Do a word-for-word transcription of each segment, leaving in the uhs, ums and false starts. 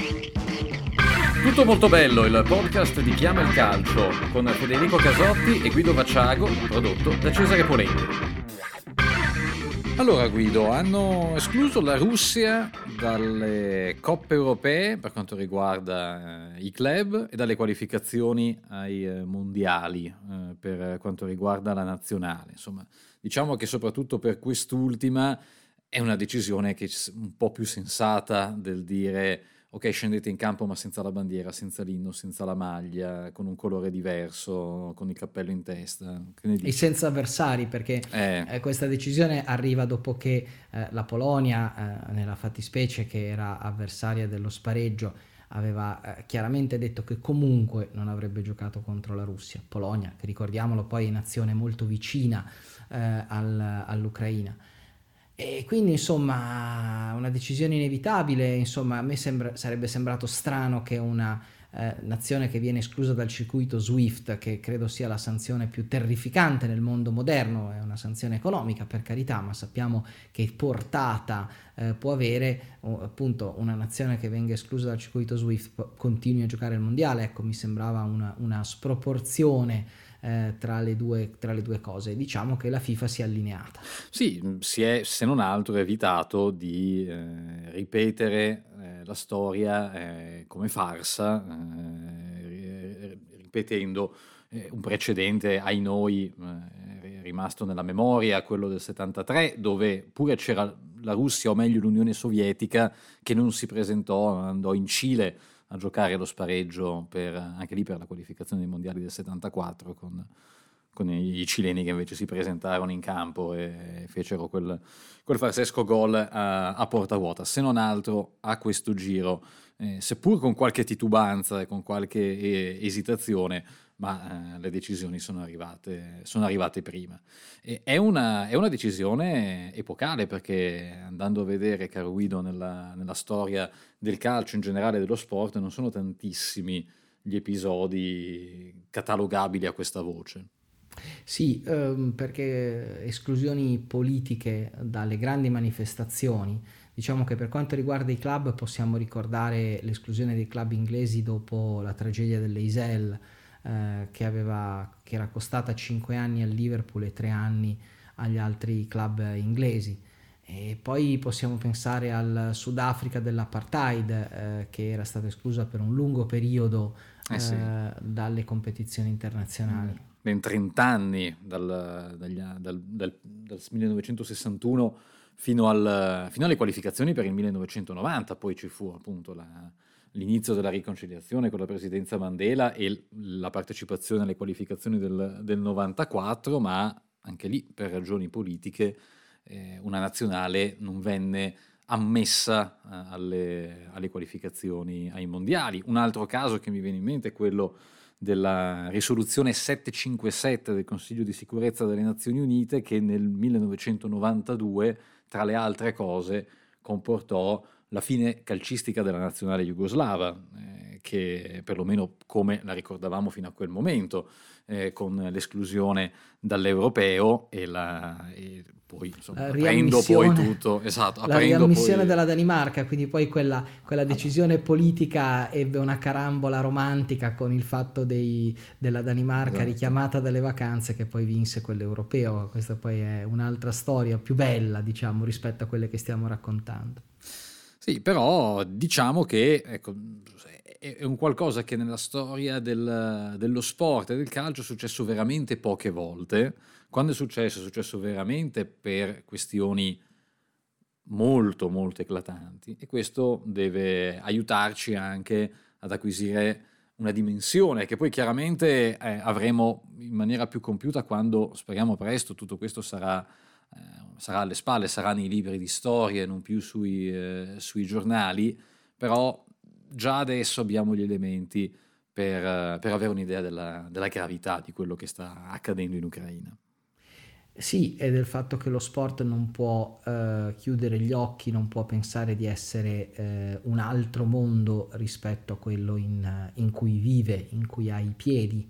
Tutto molto bello, il podcast di Chiama il Calcio con Federico Casotti e Guido Vacciago, prodotto da Cesare Polenti. Allora Guido, hanno escluso la Russia dalle coppe europee per quanto riguarda eh, i club e dalle qualificazioni ai eh, mondiali eh, per quanto riguarda la nazionale. Insomma, diciamo che soprattutto per quest'ultima è una decisione che è un po' più sensata del dire ok, scendete in campo ma senza la bandiera, senza l'inno, senza la maglia, con un colore diverso, con il cappello in testa. Che ne dici? E senza avversari, perché Eh. eh, questa decisione arriva dopo che eh, la Polonia, eh, nella fattispecie che era avversaria dello spareggio, aveva eh, chiaramente detto che comunque non avrebbe giocato contro la Russia. Polonia, che ricordiamolo poi è nazione molto vicina eh, al, all'Ucraina. E quindi insomma una decisione inevitabile. Insomma, a me sembra, sarebbe sembrato strano che una eh, nazione che viene esclusa dal circuito SWIFT, che credo sia la sanzione più terrificante nel mondo moderno, è una sanzione economica per carità, ma sappiamo che portata eh, può avere oh, appunto una nazione che venga esclusa dal circuito SWIFT continui a giocare il mondiale. Ecco, mi sembrava una, una sproporzione Eh, tra le due tra le due cose. Diciamo che la FIFA si è allineata. Sì, si è se non altro evitato di eh, ripetere eh, la storia eh, come farsa, eh, ripetendo eh, un precedente ai noi eh, rimasto nella memoria, quello del settantatré, dove pure c'era la Russia, o meglio l'Unione Sovietica, che non si presentò, andò in Cile a giocare lo spareggio per, anche lì per la qualificazione dei mondiali del settantaquattro con, con i cileni che invece si presentarono in campo e fecero quel, quel farsesco gol a, a porta vuota. Se non altro a questo giro, eh, seppur con qualche titubanza e con qualche eh, esitazione, ma eh, le decisioni sono arrivate, sono arrivate prima. E è, una, è una decisione epocale, perché andando a vedere, caro Guido, nella, nella storia del calcio in generale, dello sport, non sono tantissimi gli episodi catalogabili a questa voce. Sì, ehm, perché esclusioni politiche dalle grandi manifestazioni, diciamo che per quanto riguarda i club possiamo ricordare l'esclusione dei club inglesi dopo la tragedia dell'Eisel, eh, che aveva, che era costata cinque anni al Liverpool e tre anni agli altri club inglesi. E poi possiamo pensare al Sudafrica dell'apartheid, eh, che era stata esclusa per un lungo periodo eh, Eh sì. dalle competizioni internazionali. Ben trenta anni dal, dagli, dal, dal, dal millenovecentosessantuno fino, al, fino alle qualificazioni per il millenovecentonovanta. Poi ci fu appunto la, l'inizio della riconciliazione con la presidenza Mandela e la partecipazione alle qualificazioni del, del novantaquattro, ma anche lì per ragioni politiche eh, una nazionale non venne ammessa eh, alle, alle qualificazioni ai mondiali. Un altro caso che mi viene in mente è quello della risoluzione settecentocinquantasette del Consiglio di sicurezza delle Nazioni Unite, che nel millenovecentonovantadue, tra le altre cose, comportò la fine calcistica della nazionale jugoslava, eh, che perlomeno come la ricordavamo fino a quel momento, eh, con l'esclusione dall'europeo e, la, e poi insomma, aprendo poi tutto, esatto, la riammissione poi... della Danimarca, quindi poi quella, quella decisione allora. politica ebbe una carambola romantica con il fatto dei, della Danimarca esatto. richiamata dalle vacanze, che poi vinse quell'europeo. Questa poi è un'altra storia più bella, diciamo, rispetto a quelle che stiamo raccontando. Sì, però diciamo che ecco, è un qualcosa che nella storia del, dello sport e del calcio è successo veramente poche volte. Quando è successo, è successo veramente per questioni molto, molto eclatanti, e questo deve aiutarci anche ad acquisire una dimensione che poi chiaramente eh, avremo in maniera più compiuta quando, speriamo presto, tutto questo sarà... Eh, sarà alle spalle, sarà nei libri di storia, non più sui, eh, sui giornali, però già adesso abbiamo gli elementi per, uh, per avere un'idea della, della gravità di quello che sta accadendo in Ucraina. Sì, e del fatto che lo sport non può eh, chiudere gli occhi, non può pensare di essere eh, un altro mondo rispetto a quello in, in cui vive, in cui ha i piedi,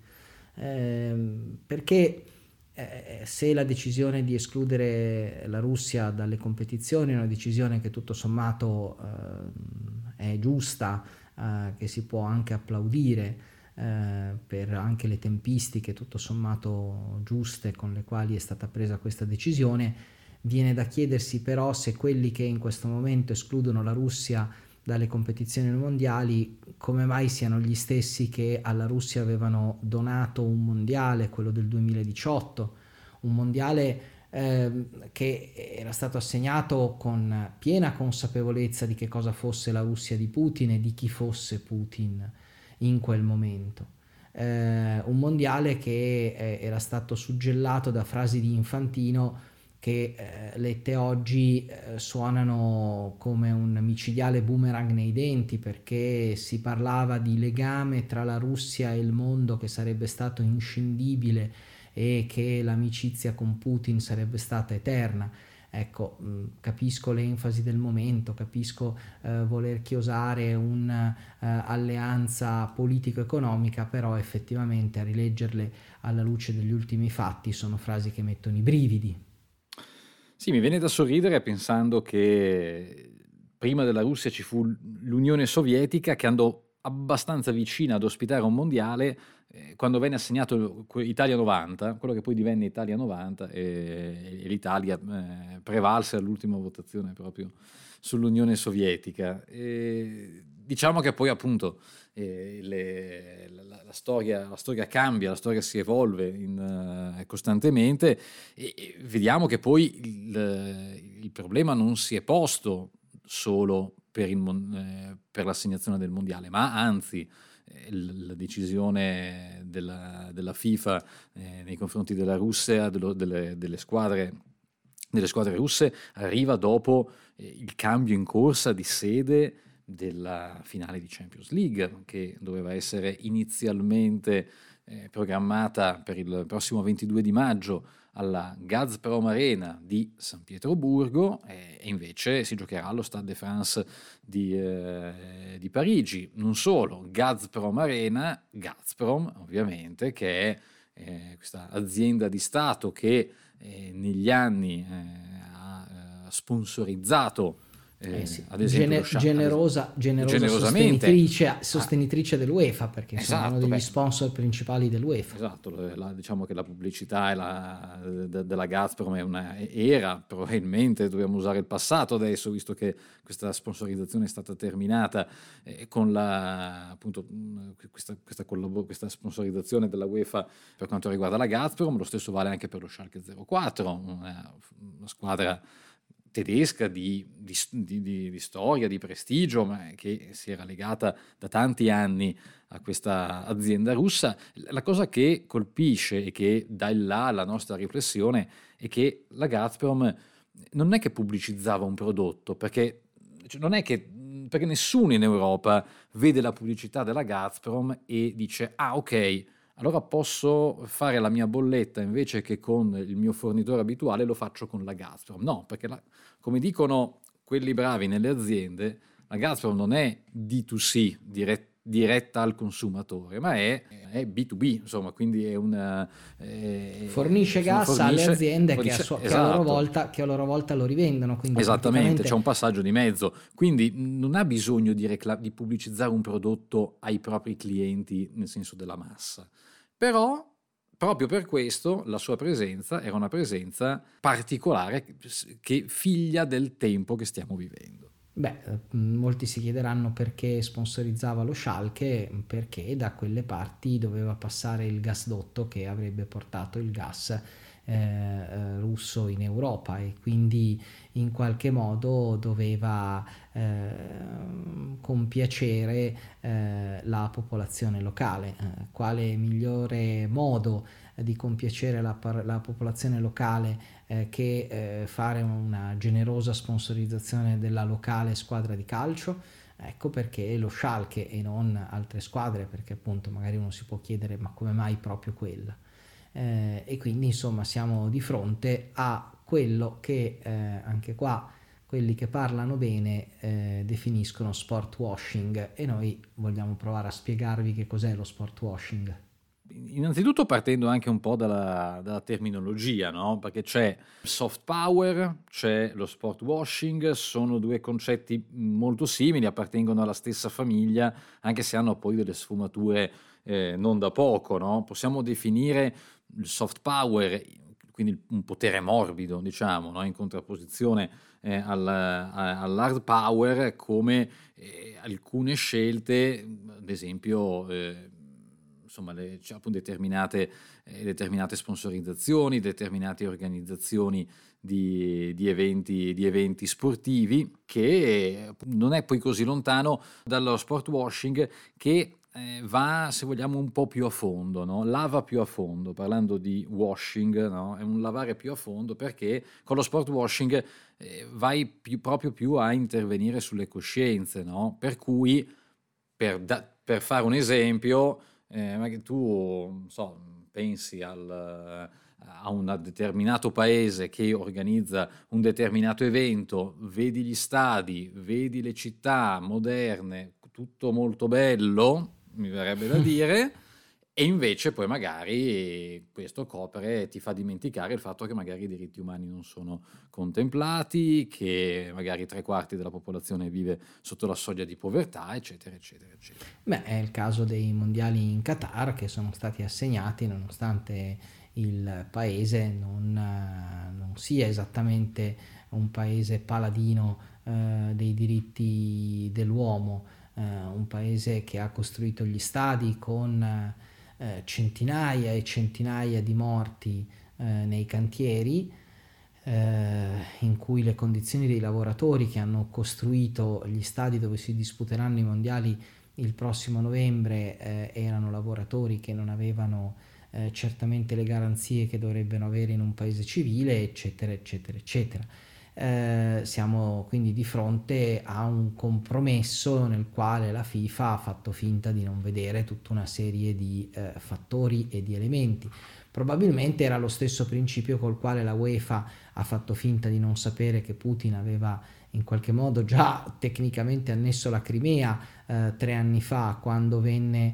eh, perché Eh, se la decisione di escludere la Russia dalle competizioni è una decisione che tutto sommato eh, è giusta, eh, che si può anche applaudire eh, per anche le tempistiche tutto sommato giuste con le quali è stata presa questa decisione. Viene da chiedersi però se quelli che in questo momento escludono la Russia dalle competizioni mondiali, come mai siano gli stessi che alla Russia avevano donato un mondiale, quello del duemiladiciotto, un mondiale eh, che era stato assegnato con piena consapevolezza di che cosa fosse la Russia di Putin e di chi fosse Putin in quel momento. Eh, un mondiale che eh, era stato suggellato da frasi di Infantino che eh, lette oggi eh, suonano come un micidiale boomerang nei denti, perché si parlava di legame tra la Russia e il mondo che sarebbe stato inscindibile e che l'amicizia con Putin sarebbe stata eterna. Ecco, mh, capisco l'enfasi del momento, capisco eh, voler chiosare un'alleanza eh, politico-economica, però effettivamente a rileggerle alla luce degli ultimi fatti sono frasi che mettono i brividi. Sì, mi viene da sorridere pensando che prima della Russia ci fu l'Unione Sovietica, che andò abbastanza vicina ad ospitare un mondiale eh, quando venne assegnato Italia novanta, quello che poi divenne Italia novanta, e, e l'Italia eh, prevalse all'ultima votazione proprio sull'Unione Sovietica. E diciamo che poi appunto eh, le, la, la, storia, la storia cambia, la storia si evolve in, uh, costantemente e, e vediamo che poi il, il problema non si è posto solo per, il, eh, per l'assegnazione del mondiale, ma anzi eh, la decisione della, della FIFA eh, nei confronti della Russia, dello, delle, delle squadre delle squadre russe arriva dopo eh, il cambio in corsa di sede della finale di Champions League, che doveva essere inizialmente eh, programmata per il prossimo ventidue di maggio alla Gazprom Arena di San Pietroburgo eh, e invece si giocherà allo Stade de France di, eh, di Parigi. Non solo, Gazprom Arena, Gazprom ovviamente, che è eh, questa azienda di Stato che eh, negli anni eh, ha eh, sponsorizzato Eh, Eh sì, ad esempio Gene- generosa, generosa generosamente sostenitrice, sostenitrice dell'UEFA, perché insomma, esatto, uno degli beh, sponsor principali dell'UEFA. Esatto, la, diciamo che la pubblicità è la, de, della Gazprom è una era, probabilmente dobbiamo usare il passato adesso, visto che questa sponsorizzazione è stata terminata eh, con la, appunto, questa, questa, collabor- questa sponsorizzazione della UEFA per quanto riguarda la Gazprom. Lo stesso vale anche per lo Schalke zero quattro, una, una squadra tedesca di, di, di, di storia, di prestigio, ma che si era legata da tanti anni a questa azienda russa. La cosa che colpisce e che dà il là alla nostra riflessione è che la Gazprom non è che pubblicizzava un prodotto, perché cioè non è che perché nessuno in Europa vede la pubblicità della Gazprom e dice ah ok, allora posso fare la mia bolletta invece che con il mio fornitore abituale, lo faccio con la Gazprom. No, perché la, come dicono quelli bravi nelle aziende, la Gazprom non è D due C, dirett, diretta al consumatore, ma è, è B due B, insomma, quindi è una... È, fornisce gas fornisce, alle aziende fornisce, che, a sua, esatto. che, a loro volta, che a loro volta lo rivendono. Quindi esattamente, praticamente... c'è un passaggio di mezzo, quindi non ha bisogno di, recla- di pubblicizzare un prodotto ai propri clienti nel senso della massa. Però, proprio per questo, la sua presenza era una presenza particolare che figlia del tempo che stiamo vivendo. Beh, molti si chiederanno perché sponsorizzava lo Schalke, perché da quelle parti doveva passare il gasdotto che avrebbe portato il gas eh, russo in Europa e quindi in qualche modo doveva eh, compiacere eh, la popolazione locale. Eh, quale migliore modo di compiacere la, la popolazione locale eh, che eh, fare una generosa sponsorizzazione della locale squadra di calcio? Ecco perché lo Schalke e non altre squadre, perché appunto magari uno si può chiedere ma come mai proprio quella? Eh, e quindi insomma siamo di fronte a quello che eh, anche qua quelli che parlano bene eh, definiscono sport washing, e noi vogliamo provare a spiegarvi che cos'è lo sport washing. innanzitutto partendo anche un po' dalla, dalla terminologia, no? Perché c'è soft power, c'è lo sport washing, sono due concetti molto simili, appartengono alla stessa famiglia, anche se hanno poi delle sfumature eh, non da poco, no? Possiamo definire il soft power, quindi un potere morbido, diciamo, no? In contrapposizione eh, al, a, all'hard power, come eh, alcune scelte, ad esempio, eh, insomma, le, cioè, appunto, determinate, eh, determinate sponsorizzazioni, determinate organizzazioni di, di, eventi, di eventi sportivi, che non è poi così lontano dallo sport washing, che eh, va, se vogliamo, un po' più a fondo, no? Lava più a fondo. Parlando di washing, no? È un lavare più a fondo, perché con lo sport washing eh, vai più, proprio più a intervenire sulle coscienze, no? Per cui, per, da, per fare un esempio, eh, magari tu, non so, pensi al, a un determinato paese che organizza un determinato evento, vedi gli stadi, vedi le città moderne, tutto molto bello, mi verrebbe da dire, e invece poi magari questo copre e ti fa dimenticare il fatto che magari i diritti umani non sono contemplati, che magari tre quarti della popolazione vive sotto la soglia di povertà, eccetera, eccetera, eccetera. Beh, è il caso dei mondiali in Qatar, che sono stati assegnati nonostante il paese non, non sia esattamente un paese paladino eh, dei diritti dell'uomo, eh, un paese che ha costruito gli stadi con eh, centinaia e centinaia di morti eh, nei cantieri, eh, in cui le condizioni dei lavoratori che hanno costruito gli stadi dove si disputeranno i mondiali il prossimo novembre eh, erano lavoratori che non avevano eh, certamente le garanzie che dovrebbero avere in un paese civile, eccetera, eccetera, eccetera. Eh, siamo quindi di fronte a un compromesso nel quale la FIFA ha fatto finta di non vedere tutta una serie di eh, fattori e di elementi. Probabilmente era lo stesso principio col quale la UEFA ha fatto finta di non sapere che Putin aveva in qualche modo già tecnicamente annesso la Crimea eh, tre anni fa, quando venne,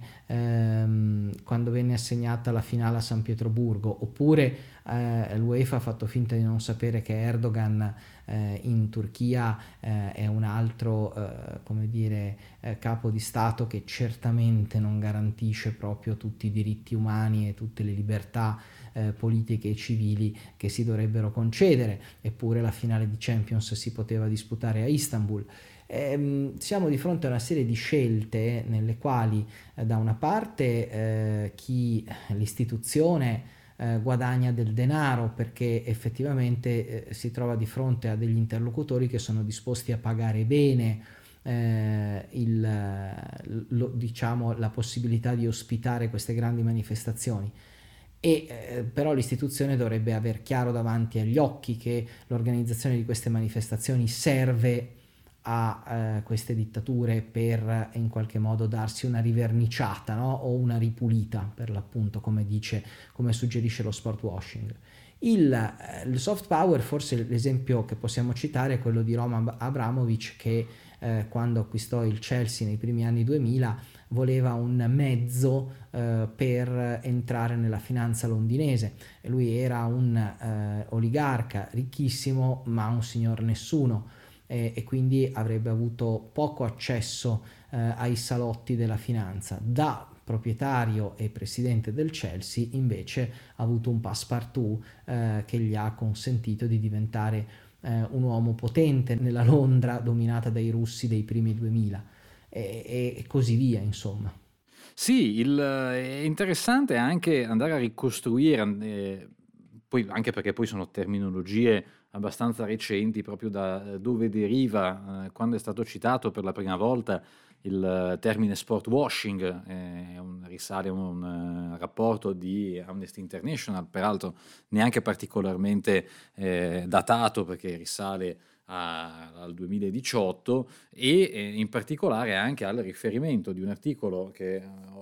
ehm, quando venne assegnata la finale a San Pietroburgo, oppure eh, l'UEFA ha fatto finta di non sapere che Erdogan eh, in Turchia eh, è un altro eh, come dire, eh, capo di Stato che certamente non garantisce proprio tutti i diritti umani e tutte le libertà eh, politiche e civili che si dovrebbero concedere, eppure la finale di Champions si poteva disputare a Istanbul. Ehm, siamo di fronte a una serie di scelte nelle quali eh, da una parte eh, chi l'istituzione eh, guadagna del denaro perché effettivamente eh, si trova di fronte a degli interlocutori che sono disposti a pagare bene eh, il, lo, diciamo, la possibilità di ospitare queste grandi manifestazioni. E eh, però l'istituzione dovrebbe aver chiaro davanti agli occhi che l'organizzazione di queste manifestazioni serve a eh, queste dittature per in qualche modo darsi una riverniciata, no? O una ripulita, per l'appunto, come dice, come suggerisce lo sport washing. Il, eh, il soft power, forse l'esempio che possiamo citare è quello di Roman Abramovich, che eh, quando acquistò il Chelsea nei primi anni duemila voleva un mezzo eh, per entrare nella finanza londinese. E lui era un eh, oligarca ricchissimo, ma un signor nessuno, e, e quindi avrebbe avuto poco accesso eh, ai salotti della finanza. Da proprietario e presidente del Chelsea invece ha avuto un passepartout eh, che gli ha consentito di diventare eh, un uomo potente nella Londra dominata dai russi dei primi duemila. E, e così via, insomma. Sì, il, è interessante anche andare a ricostruire, eh, poi, anche perché poi sono terminologie abbastanza recenti, proprio da dove deriva, eh, quando è stato citato per la prima volta il termine sport washing, eh, un, risale a un, un rapporto di Amnesty International, peraltro neanche particolarmente eh, datato, perché risale a, al duemiladiciotto, e eh, in particolare anche al riferimento di un articolo che ho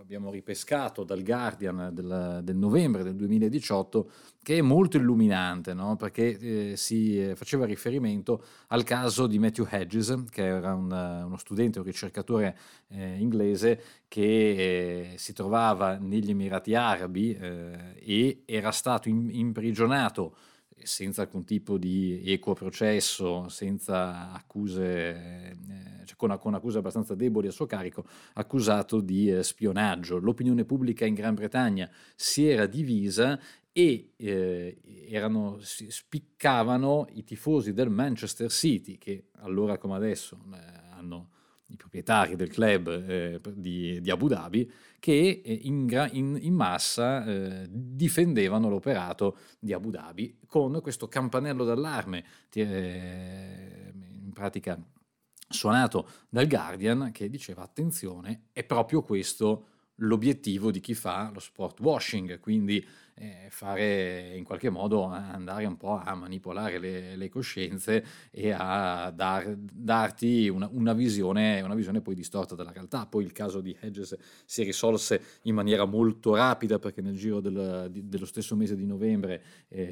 abbiamo ripescato dal Guardian del, del novembre del duemiladiciotto, che è molto illuminante, no? Perché eh, si eh, faceva riferimento al caso di Matthew Hedges, che era un, uno studente, un ricercatore eh, inglese che eh, si trovava negli Emirati Arabi eh, e era stato in, imprigionato senza alcun tipo di equo processo, senza accuse, eh, cioè con, con accuse abbastanza deboli a suo carico, accusato di eh, spionaggio. L'opinione pubblica in Gran Bretagna si era divisa e eh, erano, si spiccavano i tifosi del Manchester City, che allora come adesso eh, hanno i proprietari del club eh, di, di Abu Dhabi, che eh, in, in, in massa eh, difendevano l'operato di Abu Dhabi con questo campanello d'allarme eh, in pratica suonato dal Guardian, che diceva attenzione, è proprio questo l'obiettivo di chi fa lo sport washing, quindi eh, fare in qualche modo andare un po' a manipolare le, le coscienze e a dar, darti una, una, visione, una visione poi distorta della realtà. Poi il caso di Hedges si risolse in maniera molto rapida, perché nel giro del, di, dello stesso mese di novembre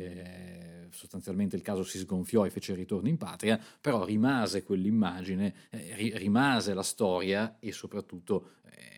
eh, sostanzialmente il caso si sgonfiò e fece il ritorno in patria, però rimase quell'immagine, eh, rimase la storia e soprattutto eh,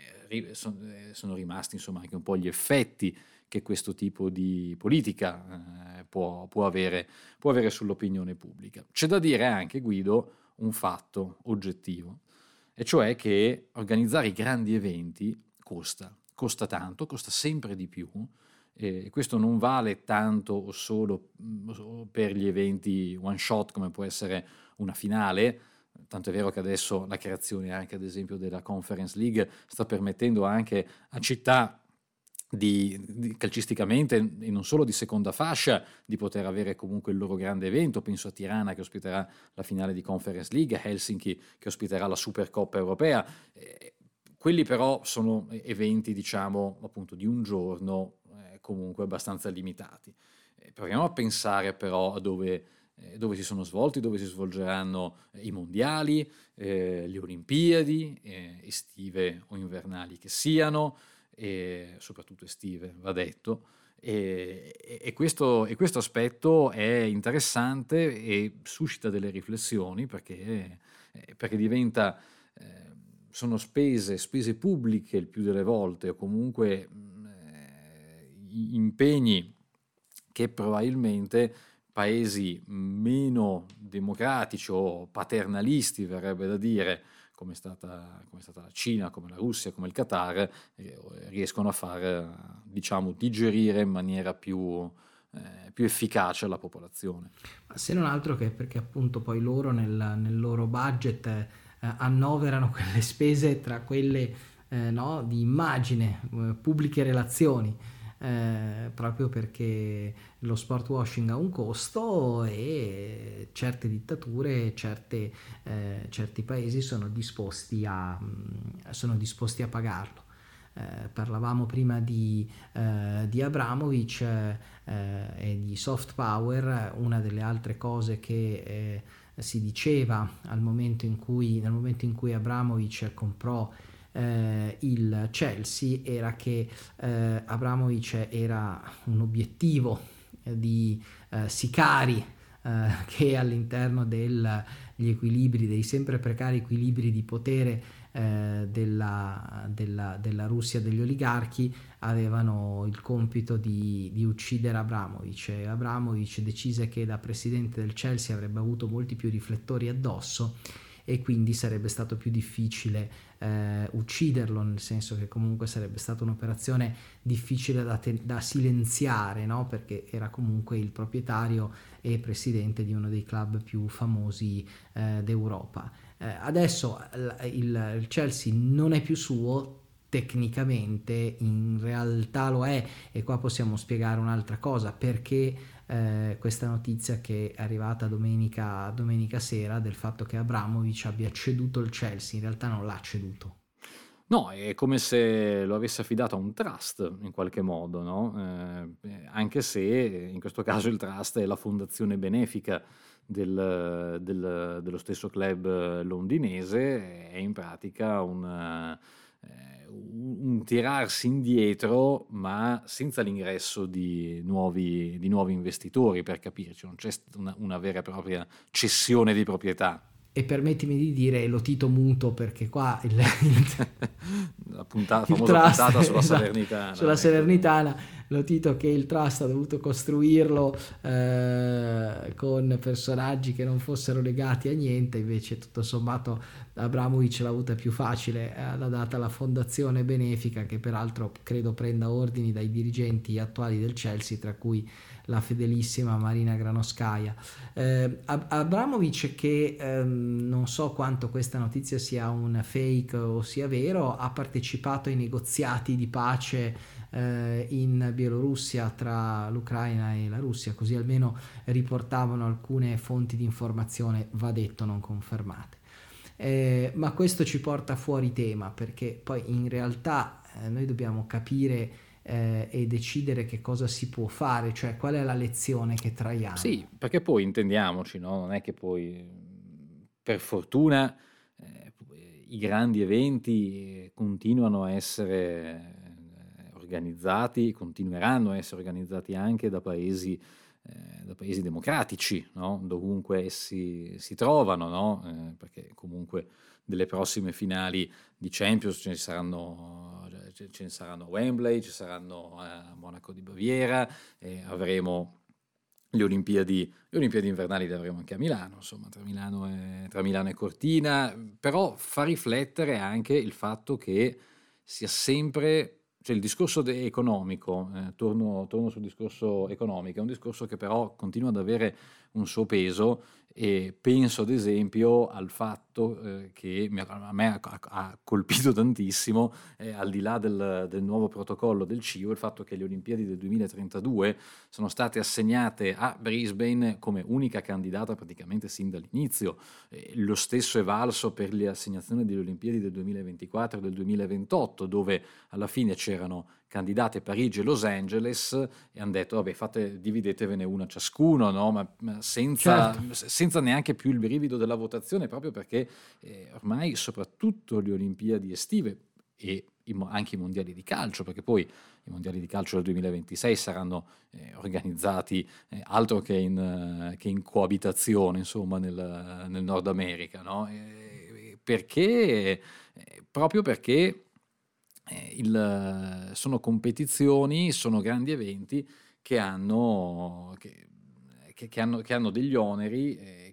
sono rimasti insomma anche un po' gli effetti che questo tipo di politica eh, può, può, avere, può avere sull'opinione pubblica. C'è da dire anche, Guido, un fatto oggettivo, e cioè che organizzare i grandi eventi costa, costa tanto, costa sempre di più, e questo non vale tanto o solo per gli eventi one shot come può essere una finale. Tanto è vero che adesso la creazione anche ad esempio della Conference League sta permettendo anche a città di, di calcisticamente e non solo di seconda fascia di poter avere comunque il loro grande evento. Penso a Tirana che ospiterà la finale di Conference League, Helsinki che ospiterà la Supercoppa europea. Eh, quelli però sono eventi diciamo appunto di un giorno eh, comunque abbastanza limitati. Eh, proviamo a pensare però a dove dove si sono svolti, dove si svolgeranno i mondiali, eh, le Olimpiadi, eh, estive o invernali che siano, e soprattutto estive, va detto. E, e, questo, e questo aspetto è interessante e suscita delle riflessioni perché, eh, perché diventa, eh, sono spese, spese pubbliche il più delle volte o comunque eh, impegni che probabilmente paesi meno democratici o paternalisti, verrebbe da dire, come è stata, come è stata la Cina, come la Russia, come il Qatar, eh, riescono a far, diciamo, digerire in maniera più, eh, più efficace alla popolazione. Ma se non altro che perché appunto poi loro nel, nel loro budget eh, annoverano quelle spese tra quelle eh, no, di immagine, eh, pubbliche relazioni. Eh, proprio perché lo sport washing ha un costo e certe dittature, certe, eh, certi paesi sono disposti a, sono disposti a pagarlo. Eh, parlavamo prima di, eh, di Abramovich eh, e di soft power. Una delle altre cose che eh, si diceva al momento in cui, nel momento in cui Abramovich comprò Eh, il Chelsea era che eh, Abramovich era un obiettivo eh, di eh, sicari eh, che all'interno degli equilibri, dei sempre precari equilibri di potere eh, della, della, della Russia, degli oligarchi, avevano il compito di, di uccidere Abramovich. E Abramovich decise che da presidente del Chelsea avrebbe avuto molti più riflettori addosso e quindi sarebbe stato più difficile eh, ucciderlo, nel senso che comunque sarebbe stata un'operazione difficile da, te- da silenziare, no? Perché era comunque il proprietario e presidente di uno dei club più famosi eh, d'Europa. Eh, adesso il, il Chelsea non è più suo, tecnicamente, in realtà lo è, e qua possiamo spiegare un'altra cosa, perché eh, questa notizia che è arrivata domenica, domenica sera del fatto che Abramovich abbia ceduto il Chelsea. In realtà non l'ha ceduto. No, è come se lo avesse affidato a un trust in qualche modo, no? Eh, anche se in questo caso il trust è la fondazione benefica del, del, dello stesso club londinese, è in pratica un, eh, un, un tirarsi indietro, ma senza l'ingresso di nuovi, di nuovi investitori, per capirci, non c'è una, una vera e propria cessione di proprietà. E permettimi di dire lo Tito muto, perché qua il, il, la puntata, il famosa trust, puntata sulla esatto, Salernitana. Sulla ecco. Salernitana, lo Tito che il trust ha dovuto costruirlo eh, con personaggi che non fossero legati a niente, invece tutto sommato Abramovic l'ha avuta più facile, eh, l'ha data la fondazione benefica, che peraltro credo prenda ordini dai dirigenti attuali del Chelsea, tra cui la fedelissima Marina Granovskaya. Eh, Abramovic, che ehm, non so quanto questa notizia sia un fake o sia vero, ha partecipato ai negoziati di pace eh, in Bielorussia tra l'Ucraina e la Russia, così almeno riportavano alcune fonti di informazione, va detto non confermate. Eh, ma questo ci porta fuori tema, perché poi in realtà eh, noi dobbiamo capire Eh, e decidere che cosa si può fare, cioè qual è la lezione che traiamo. Sì, perché poi intendiamoci, no? Non è che poi, per fortuna, eh, i grandi eventi continuano a essere eh, organizzati, continueranno a essere organizzati anche da paesi, eh, da paesi democratici, no? Dovunque essi si trovano, no? Eh, perché comunque delle prossime finali di Champions ce ne saranno, ce ne saranno a Wembley, ci saranno a Monaco di Baviera, e avremo le Olimpiadi, le Olimpiadi invernali le avremo anche a Milano, insomma, tra Milano e, tra Milano e Cortina, però fa riflettere anche il fatto che sia sempre, cioè il discorso de- economico, eh, torno, torno sul discorso economico, è un discorso che però continua ad avere un suo peso, e penso ad esempio al fatto eh, che mi, a me ha, ha colpito tantissimo, eh, al di là del, del nuovo protocollo del C I O, il fatto che le Olimpiadi del duemilatrentadue sono state assegnate a Brisbane come unica candidata praticamente sin dall'inizio. Eh, lo stesso è valso per le assegnazioni delle Olimpiadi del duemilaventiquattro e del duemilaventotto, dove alla fine c'erano candidate Parigi e Los Angeles, e hanno detto vabbè, fate, dividetevene una ciascuno, no? ma, ma senza, certo. senza neanche più il brivido della votazione, proprio perché eh, ormai soprattutto le Olimpiadi estive e i, anche i mondiali di calcio, perché poi i mondiali di calcio del duemilaventisei saranno eh, organizzati eh, altro che in, eh, che in coabitazione, insomma, nel, nel Nord America, no? Eh, perché, eh, proprio perché eh, il, sono competizioni, sono grandi eventi che hanno, che, che, che hanno, che hanno degli oneri eh,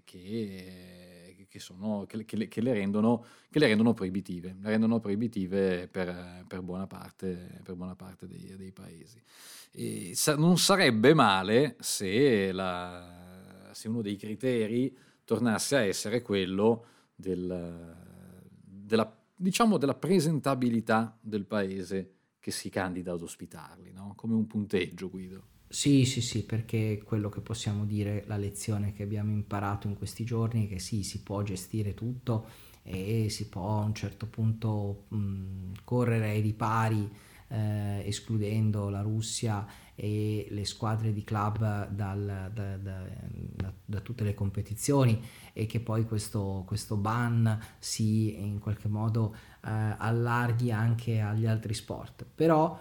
che, che, sono, che, che, le, che, le rendono, che le rendono proibitive, le rendono proibitive per, per buona parte, per buona parte dei, dei paesi. E sa, non sarebbe male se, la, se uno dei criteri tornasse a essere quello del, della, diciamo, della presentabilità del paese che si candida ad ospitarli, no? Come un punteggio, Guido. Sì, sì, sì, perché quello che possiamo dire, la lezione che abbiamo imparato in questi giorni è che sì, si può gestire tutto e si può a un certo punto mh, correre ai ripari, eh, escludendo la Russia e le squadre di club dal, da, da, da, da tutte le competizioni, e che poi questo, questo ban si in qualche modo eh, allarghi anche agli altri sport. Però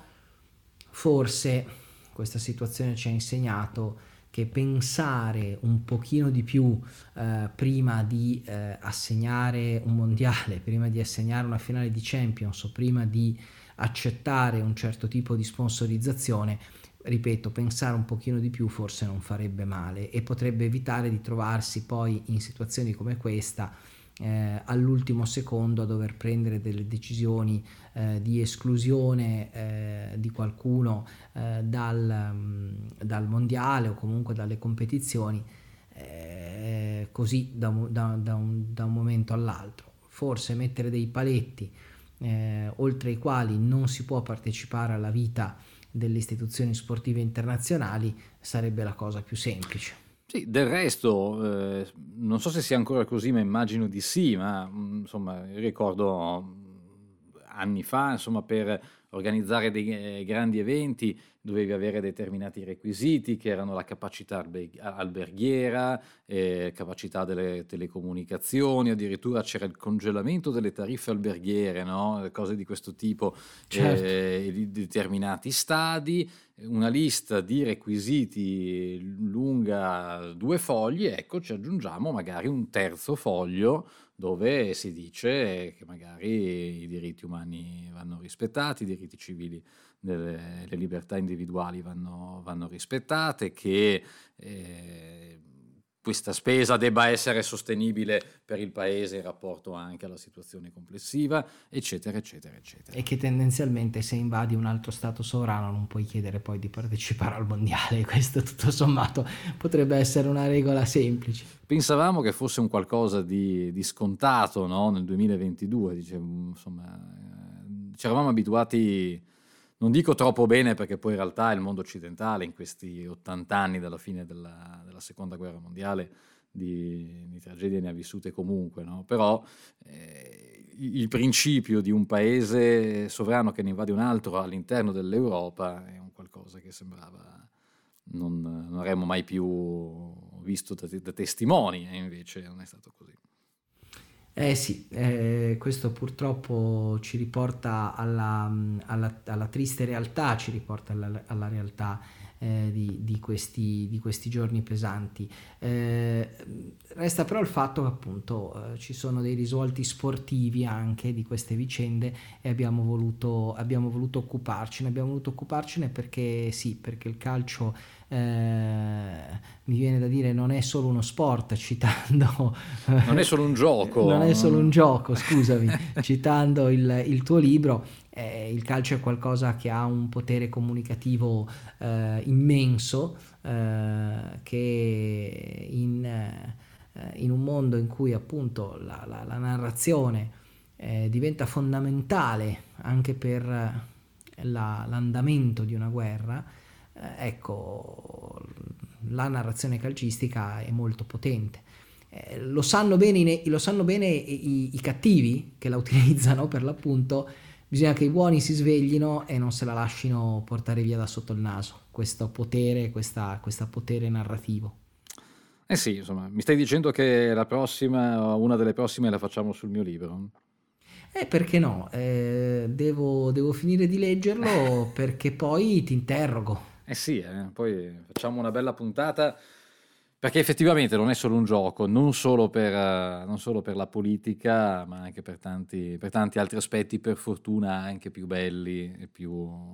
forse questa situazione ci ha insegnato che pensare un pochino di più eh, prima di eh, assegnare un mondiale, prima di assegnare una finale di Champions o prima di accettare un certo tipo di sponsorizzazione, ripeto, pensare un pochino di più forse non farebbe male e potrebbe evitare di trovarsi poi in situazioni come questa eh, all'ultimo secondo a dover prendere delle decisioni eh, di esclusione eh, di qualcuno eh, dal, um, dal mondiale o comunque dalle competizioni eh, così da, da, da, un, da un momento all'altro. Forse mettere dei paletti eh, oltre i quali non si può partecipare alla vita delle istituzioni sportive internazionali sarebbe la cosa più semplice. Sì, del resto, eh, non so se sia ancora così, ma immagino di sì, ma mh, insomma, ricordo mh, anni fa, insomma, per organizzare dei eh, grandi eventi dovevi avere determinati requisiti che erano la capacità albe- alberghiera, eh, capacità delle telecomunicazioni, addirittura c'era il congelamento delle tariffe alberghiere, no? Cose di questo tipo, Certo. eh, di determinati stadi, una lista di requisiti lunga due fogli, ecco ci aggiungiamo magari un terzo foglio dove si dice che magari i diritti umani vanno rispettati, i diritti civili, delle, le libertà individuali vanno, vanno rispettate, che eh, questa spesa debba essere sostenibile per il paese in rapporto anche alla situazione complessiva, eccetera, eccetera, eccetera. E che tendenzialmente se invadi un altro stato sovrano non puoi chiedere poi di partecipare al mondiale. Questo tutto sommato potrebbe essere una regola semplice. Pensavamo che fosse un qualcosa di, di scontato, no? Nel duemilaventidue, dicevo, insomma, eh, ci eravamo abituati, non dico troppo bene, perché poi in realtà il mondo occidentale in questi ottanta anni dalla fine della, della seconda guerra mondiale di, di tragedie ne ha vissute comunque, no? Però eh, il principio di un paese sovrano che ne invade un altro all'interno dell'Europa è un qualcosa che sembrava non, non avremmo mai più visto da, da testimoni, e invece non è stato così. Eh sì, eh, questo purtroppo ci riporta alla, alla, alla triste realtà, ci riporta alla, alla realtà eh, di, di, questi, di questi giorni pesanti. Eh, resta però il fatto che appunto eh, ci sono dei risvolti sportivi anche di queste vicende e abbiamo voluto, abbiamo voluto occuparcene, abbiamo voluto occuparcene perché sì, perché il calcio eh, mi viene da dire non è solo uno sport, citando non è solo un gioco non è solo un gioco, scusami, citando il, il tuo libro, eh, il calcio è qualcosa che ha un potere comunicativo eh, immenso, eh, che in, eh, in un mondo in cui appunto la, la, la narrazione eh, diventa fondamentale anche per la, l'andamento di una guerra, eh, ecco, la narrazione calcistica è molto potente. Eh, lo sanno bene, i, lo sanno bene i, i cattivi che la utilizzano, per l'appunto. Bisogna che i buoni si sveglino e non se la lasciano portare via da sotto il naso, questo potere, questa, questo potere narrativo. Eh sì, insomma, mi stai dicendo che la prossima, una delle prossime la facciamo sul mio libro? Eh, perché no? Eh, devo, devo finire di leggerlo perché poi ti interrogo. Eh sì, eh, poi facciamo una bella puntata, perché effettivamente non è solo un gioco, non solo per, uh, non solo per la politica, ma anche per tanti, per tanti altri aspetti, per fortuna anche più belli e più,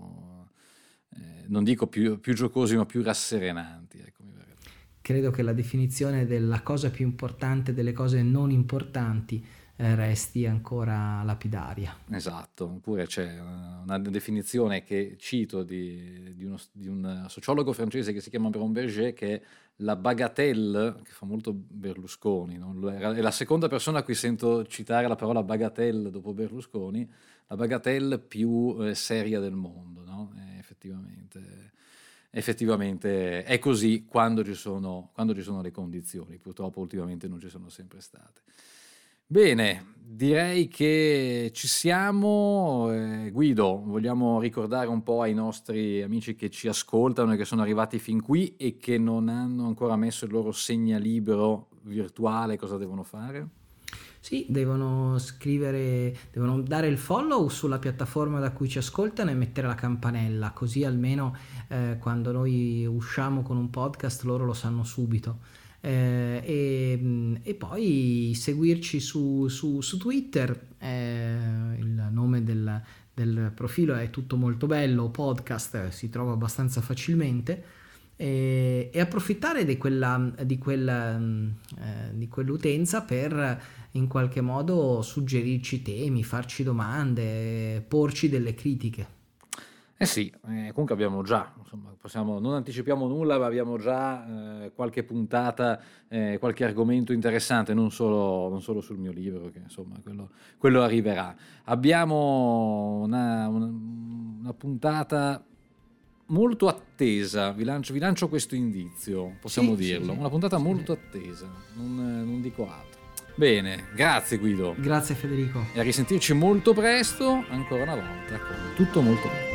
eh, non dico più, più giocosi, ma più rasserenanti. Ecco, mi verrebbe. Credo che la definizione della cosa più importante delle cose non importanti eh, resti ancora lapidaria. Esatto, oppure c'è una definizione che cito di, di, uno, di un sociologo francese che si chiama Braun Berger, che è la bagatelle, che fa molto Berlusconi, no? È la seconda persona a cui sento citare la parola bagatelle dopo Berlusconi, la bagatelle più eh, seria del mondo, no? E effettivamente, effettivamente è così quando ci sono, quando ci sono le condizioni, purtroppo ultimamente non ci sono sempre state. Bene, direi che ci siamo. Eh, Guido, vogliamo ricordare un po' ai nostri amici che ci ascoltano e che sono arrivati fin qui e che non hanno ancora messo il loro segnalibro virtuale, cosa devono fare? Sì, devono scrivere, devono dare il follow sulla piattaforma da cui ci ascoltano e mettere la campanella, così almeno eh, quando noi usciamo con un podcast loro lo sanno subito. Eh, e, e poi seguirci su, su, su Twitter, eh, il nome del, del profilo è Tutto Molto Bello podcast, si trova abbastanza facilmente, e, e approfittare di quella, di, quella, eh, di quell'utenza per in qualche modo suggerirci temi, farci domande, porci delle critiche. Eh sì, eh, comunque abbiamo già, insomma, possiamo, non anticipiamo nulla, ma abbiamo già eh, qualche puntata, eh, qualche argomento interessante, non solo, non solo sul mio libro, che insomma quello, quello arriverà. Abbiamo una, una, una puntata molto attesa, vi lancio, vi lancio questo indizio, possiamo Sì, dirlo, sì, sì. una puntata Sì, molto sì. attesa, non, non dico altro. Bene, grazie Guido. Grazie Federico. E a risentirci molto presto, ancora una volta, con Tutto Molto Bello.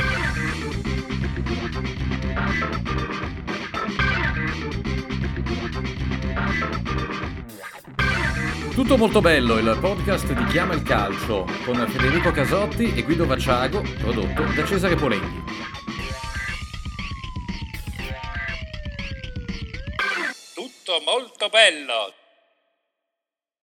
Tutto Molto Bello, il podcast di Chiama il Calcio, con Federico Casotti e Guido Vacciago, prodotto da Cesare Polenghi. Tutto molto bello.